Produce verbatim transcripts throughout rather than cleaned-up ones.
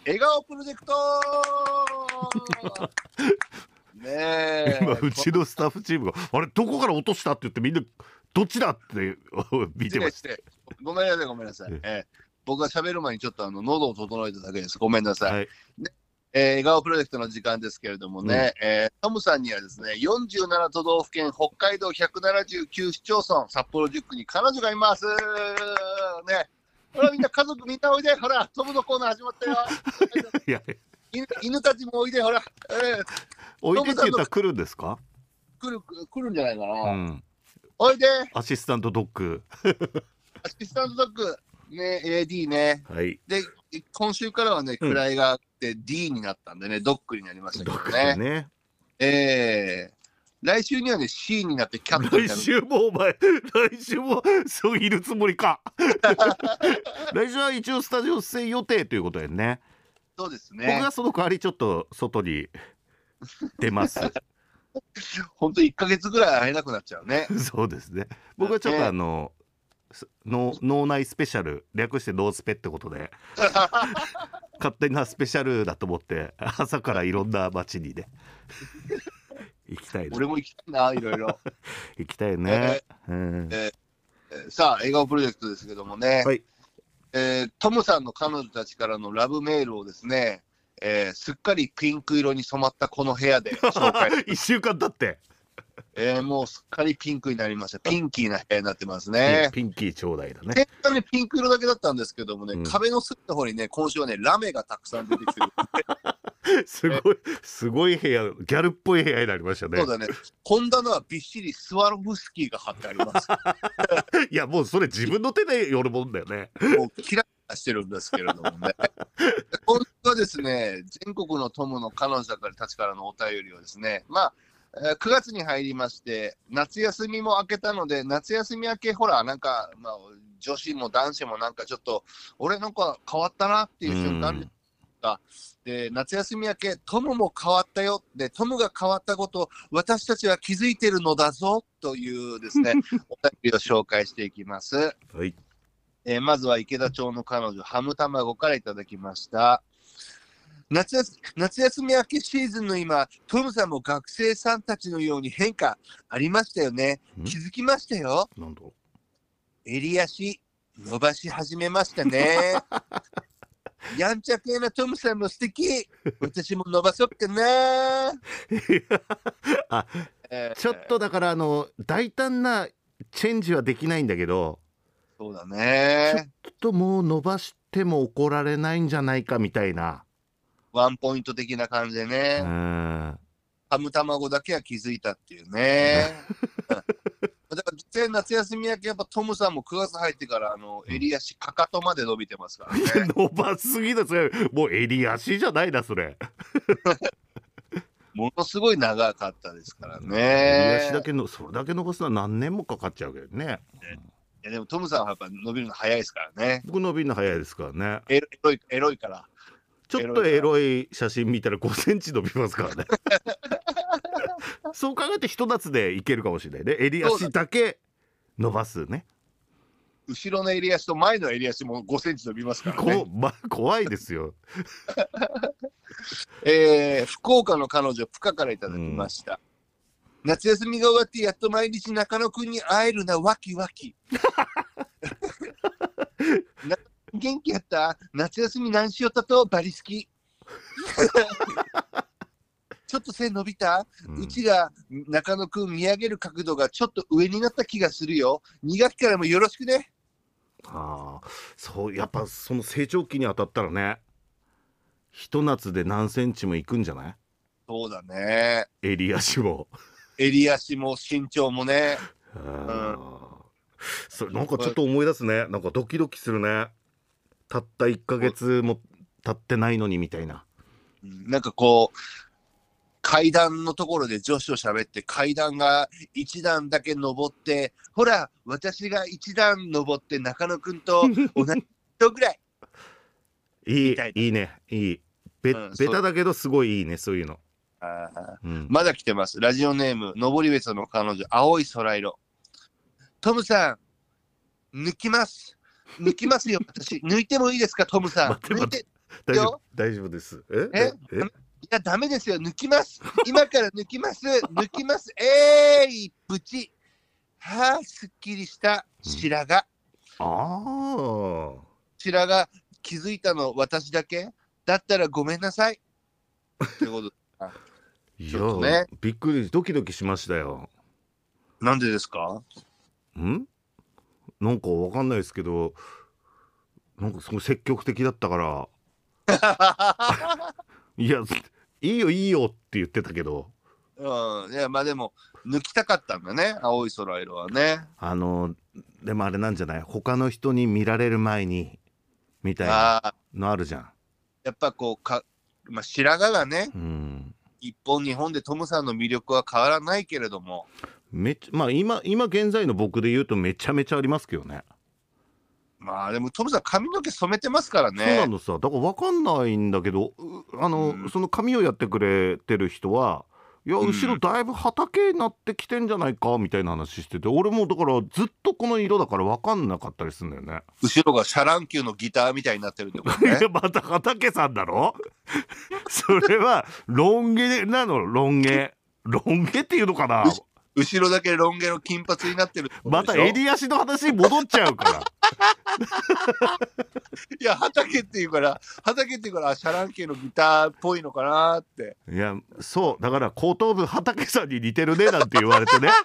笑顔プロジェクトねえ。 今うちのスタッフチームがあれどこから落としたって言ってみんなどっちだって見てました。 ごめんなさいごめんなさい、えー、僕が喋る前にちょっとあの喉を整えただけです。ごめんなさい、はい。ねえー、笑顔プロジェクトの時間ですけれどもね、うん、えー、トムさんにはですねよんじゅうなな都道府県北海道ひゃくななじゅうきゅう市町村札幌じゅっくに彼女がいますね。ほらみんな家族みんなおいで、ほらトムのコーナー始まったよいや犬, 犬たちもおいで、ほら、えー、 おいでって言ったら来るんですか？ 来る来るんじゃないかな、うん、 おいでアシスタントドッグアシスタントドッグね、エーディー ね、 はい、 で今週からはね位があって D になったんでね、ドッグになりましたけどね、ねえー来週にはね C になってキャットになる。 来週もお前来週もそういるつもりか来週は一応スタジオ出演予定ということでね。 そうですね。 僕がその代わりちょっと外に出ます本当いっかげつぐらい会えなくなっちゃうねそうですね。僕はちょっとあの、ね、脳内スペシャル略してノースペってことで勝手なスペシャルだと思って朝からいろんな街にね行きたいな。 俺も行きたいな、いろいろ行きたいね、 えーえー、さあ笑顔プロジェクトですけどもね、はい、えー、トムさんの彼女たちからのラブメールをですね、えー、すっかりピンク色に染まったこの部屋で紹介いっしゅうかん経ってえー、もうすっかりピンクになりました。ピンキーな部屋になってますね。 ピンキーちょうだいだね。 結果ねピンク色だけだったんですけどもね、うん、壁の隅の方にね今週はねラメがたくさん出てきてるすごいすごい部屋、ギャルっぽい部屋になりましたね。 そうだね。本棚はびっしりスワロフスキーが貼ってありますいやもうそれ自分の手で寄るもんだよね。 もうキラキラしてるんですけれどもね今週はですね全国のトムの彼女たちからのお便りをですね、まあくがつに入りまして夏休みも明けたので、夏休み明けほらなんか、まあ、女子も男子もなんかちょっと俺なんか変わったなっていう瞬間で、夏休み明けトムも変わったよで、トムが変わったこと私たちは気づいてるのだぞというですねお便りを紹介していきます、 はい。 えー、まずは池田町の彼女ハム卵からいただきました。夏休、夏休み明けシーズンの今、トムさんも学生さんたちのように変化ありましたよね。気づきましたよ。 なんだ？ 襟足伸ばし始めましたねやんちゃ系なトムさんも素敵。私も伸ばそっかなあ、えー、ちょっとだからあの大胆なチェンジはできないんだけど、 そうだね、 ちょっともう伸ばしても怒られないんじゃないかみたいなワンポイント的な感じでね、ハム卵だけは気づいたっていうねだから実際夏休み明けやっぱトムさんもくがつ入ってからあの襟足かかとまで伸びてますからね伸ばすぎだそれ、もう襟足じゃないなそれものすごい長かったですからね。 襟足だけのそれだけ伸ばすのは何年もかかっちゃうけどね。 いやでもトムさんはやっぱ伸びるの早いですからね。 僕伸びるの早いですからね。 エロいエロいからちょっとエロい写真見たらごセンチ伸びますからねそう考えてひと夏でいけるかもしれないね。襟足だけ伸ばすね。 後ろの襟足と前の襟足もごセンチ伸びますからね。 こ、ま、怖いですよえー、福岡の彼女プカからいただきました、うん、夏休みが終わってやっと毎日中野くんに会えるなワキワキ元気やった？夏休み何しよったとバリ好きちょっと背伸びた、うん、うちが中野くん見上げる角度がちょっと上になった気がするよ。にがきからもよろしくね。 ああ、そうやっぱその成長期に当たったらね、ひと夏で何センチもいくんじゃない？ そうだね。 襟足も襟足も身長もね、 うん、それなんかちょっと思い出すね。なんかドキドキするね。たったいっかげつも経ってないのにみたいな。 なんかこう階段のところで女子と喋って階段がいちだんだけ登って、ほら私がいちだん登って中野くんと同じ人ぐらいいいいいね、いい ベ,、うん、ベタだけどすごいいいね、そういうの。 あ、うん、まだ来てます。ラジオネーム登別の彼女青い空色。トムさん抜きます抜きますよ私抜いてもいいですかトムさん。抜いて大丈夫大丈夫です。えええいや、ダメですよ。抜きます。今から抜きます。抜きます。えーい、プチ。はあ、すっきりした白髪。 ああ。 白髪気づいたの私だけだったらごめんなさい。ってことあいちょっとねや、びっくり、ドキドキしましたよ。 なんでですか？ んなんかわかんないですけど、なんかすごい積極的だったから、いや、いいよいいよって言ってたけど、 うん、いや、まあでも、抜きたかったんだね、青い空色はね。 あの、でもあれなんじゃない、他の人に見られる前に、みたいなああ、 のあるじゃん。 やっぱこう、かまあ、白髪がね、 うん。 一本二本でトムさんの魅力は変わらないけれども、 めっちゃ、まあ今、今現在の僕で言うとめちゃめちゃありますけどね。 まあでもトムさん髪の毛染めてますからそうなね。 のさ、だから分かんないんだけど、うあの、 うん、 その髪をやってくれてる人は、いや、 うん後ろだいぶ畑になってきてんじゃないかみたいな話してて、俺もだからずっとこの色だから分かんなかったりするんだよね。 後ろがシャランキューのギターみたいになってるってこといね。 や、また畑さんだろそれは、ロン毛なの、ロン毛。ロン毛っていうのかな。 うし後ろだけロン毛の金髪になってるってことまでしたょ。 襟足の話に戻っちゃうから。 いや、畑っていうから、畑っていうから、あシャランキューのギターっぽいのかなって。 いや、そう、だから後頭部畑さんに似てるねなんて言われてね。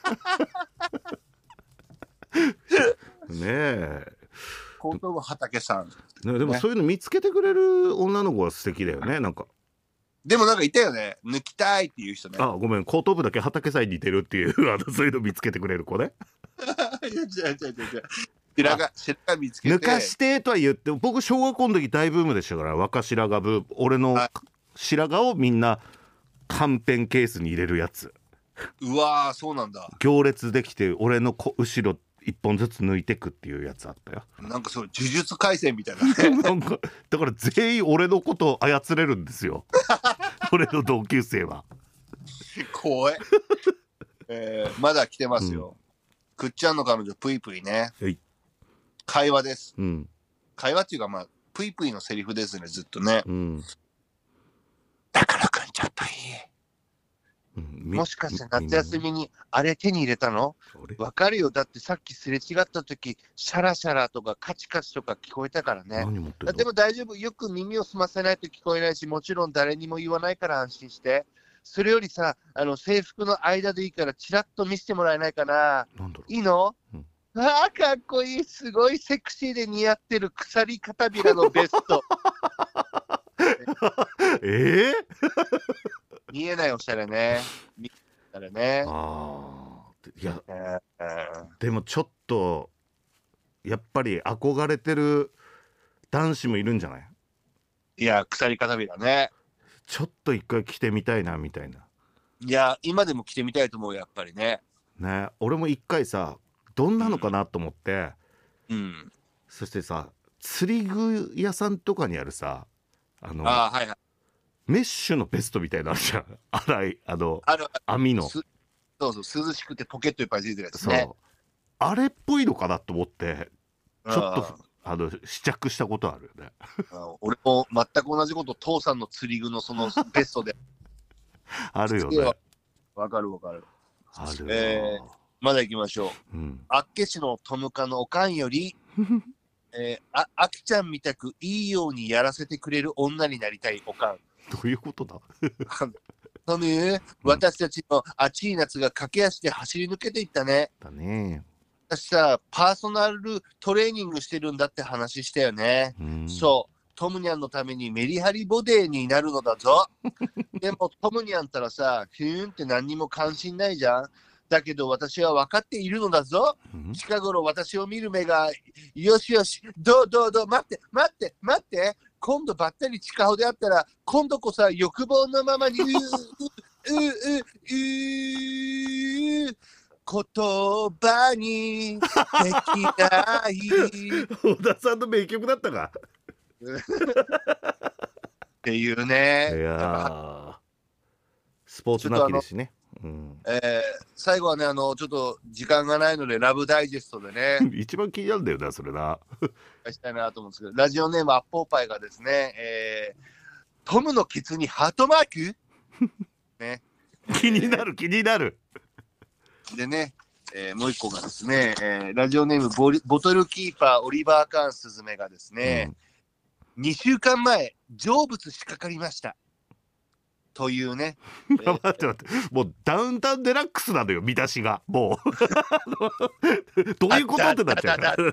ねえ。 後頭部畑さん。 ね、でもそういうの見つけてくれる女の子は素敵だよね、なんか。 でもなんかいたよね。抜きたいっていう人ね。 あ、ごめん、後頭部だけ畑さんに似てるっていう、あのそういうの見つけてくれる子ね。 いや、違う違う違う違う。白髪、白髪見つけて。 抜かしてとは言って、僕小学校の時大ブームでしたから、若白髪ブーム、俺のはい白髪をみんなカンペンケースに入れるやつ。 うわー、そうなんだ。 行列できて、俺のこ後ろ一本ずつ抜いてくっていうやつあったよ。 なんかそう、呪術廻戦みたいなね。 なんかだから全員俺のことを操れるんですよ。俺の同級生は。 怖い。えー、まだ来てますよ。くっちゃんの彼女、ぷいぷいね。 はい会話です。 うん。 会話っていうか、まあ、ぷいぷいのセリフですね、ずっとね。 うん。 だからくんちょっといい。 うんもしかして夏休みにあれ手に入れたの？ あれわかるよ。だってさっきすれ違った時、シャラシャラとかカチカチとか聞こえたからね。 何持ってるの？ でも大丈夫。よく耳を澄ませないと聞こえないし、もちろん誰にも言わないから安心して。それよりさ、あの制服の間でいいからチラッと見せてもらえないかな。 なんだろう。 いいの？ うんああ、かっこいい。すごいセクシーで似合ってる鎖片びらのベスト。 ええ見えないおしゃれね。見えたらね。 ああ、いや、 えーでもちょっとやっぱり憧れてる男子もいるんじゃない？ いや、鎖片びらね。 ちょっと一回着てみたいなみたいな。 いや、今でも着てみたいと思う、やっぱりね。 ね、俺も一回さ、どんなのかなと思って、 うん。 そしてさ、釣り具屋さんとかにあるさ、あのああ、はいはい。 メッシュのベストみたいなのあるじゃん。粗い、あのある、 網の。 すそうそう、涼しくてポケットいっぱいついてるやつそう、 ね。 あれっぽいのかなと思ってちょっとああの試着したことあるよね。 あ俺も全く同じこと、父さんの釣り具のそのベストで。 あるよね。 わかるわかる。 あるよ、 えーまだ行きましょう。 うん、 あっけしのトムカのおかんより、えー、あ、あきちゃんみたくいいようにやらせてくれる女になりたいおかん。 どういうことだ。 トム、私たちの暑い夏が駆け足で走り抜けていったね。 だね。 私さ、パーソナルトレーニングしてるんだって話したよね。 うん、 そう。トムニャンのためにメリハリボデーになるのだぞ。でもトムニャンったらさ、ヒューンって何にも関心ないじゃん。だけど私は分かっているのだぞ。 うん、 近頃私を見る目が、よしよし、どうどうどう、待って、待って、待って。今度ばったり近ほであったら、今度こそは欲望のままに、うううううう言葉にできない。 小田さんの名曲だったか。 っていうね。 いやー、スポーツの秋ですしね。うん、 えー、最後はね、あの、ちょっと時間がないので、ラブダイジェストでね、 一番気になるんだよな、それな。 したいなと思うんですけど、ラジオネームアッポーパイがですね、えー、トムのケツにハートマークね。 気になる、気になる。 でね、えー、もう一個がですね、えー、ラジオネームボリボトルキーパーオリバー・カーン・スズメがですね、うん、にしゅうかんまえ、成仏しかかりました。というね。 えー、待って待って、もうダウンタウンデラックスなのよ、見出しが。もう。どういうことってなっちゃうから。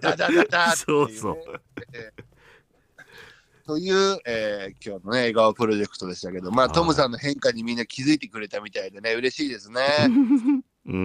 そうそう。 という、えー、今日のね、笑顔プロジェクトでしたけど、まあ、トムさんの変化にみんな気づいてくれたみたいでね、嬉しいですね。 うん。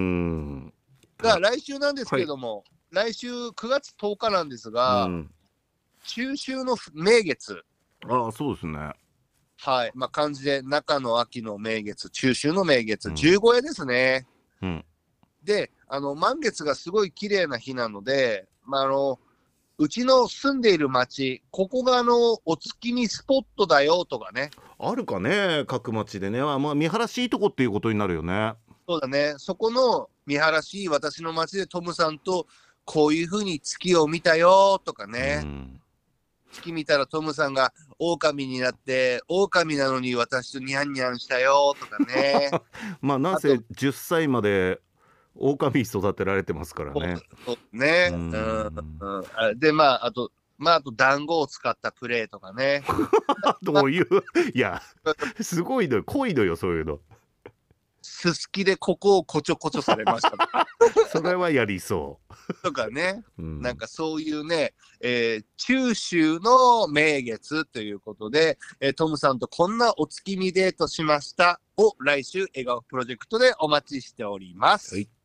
が、来週なんですけども、はい、来週くがつとおかなんですが、うん、中秋の名月。 ああ、そうですね。 はい。まあ、漢字で中の秋の名月、中秋の名月、十五夜ですね。 うん。 で、あの、満月がすごい綺麗な日なので、まあ、あの、うちの住んでいる町、ここがあの、お月見スポットだよとかね。 あるかね、各町でね。まあ、見晴らしいいとこっていうことになるよね。 そうだね。そこの見晴らしい私の町でトムさんとこういうふうに月を見たよとかね。うん、月見たらトムさんが狼になって、狼なのに私とニャンニャンしたよとかね。 まあ、なんせじゅっさいまで狼育てられてますからね。 そうね。うん、うん。で、まあ、あと、まあ、あと団子を使ったプレーとかね。 どういう、いや、すごいのよ、濃いのよ、そういうの。 すすきでここをこちょこちょされました。 それはやりそう。 とかね、うん、なんかそういうね、えー、中秋の名月ということで、えー、トムさんとこんなお月見デートしましたを来週笑顔プロジェクトでお待ちしております。 はい。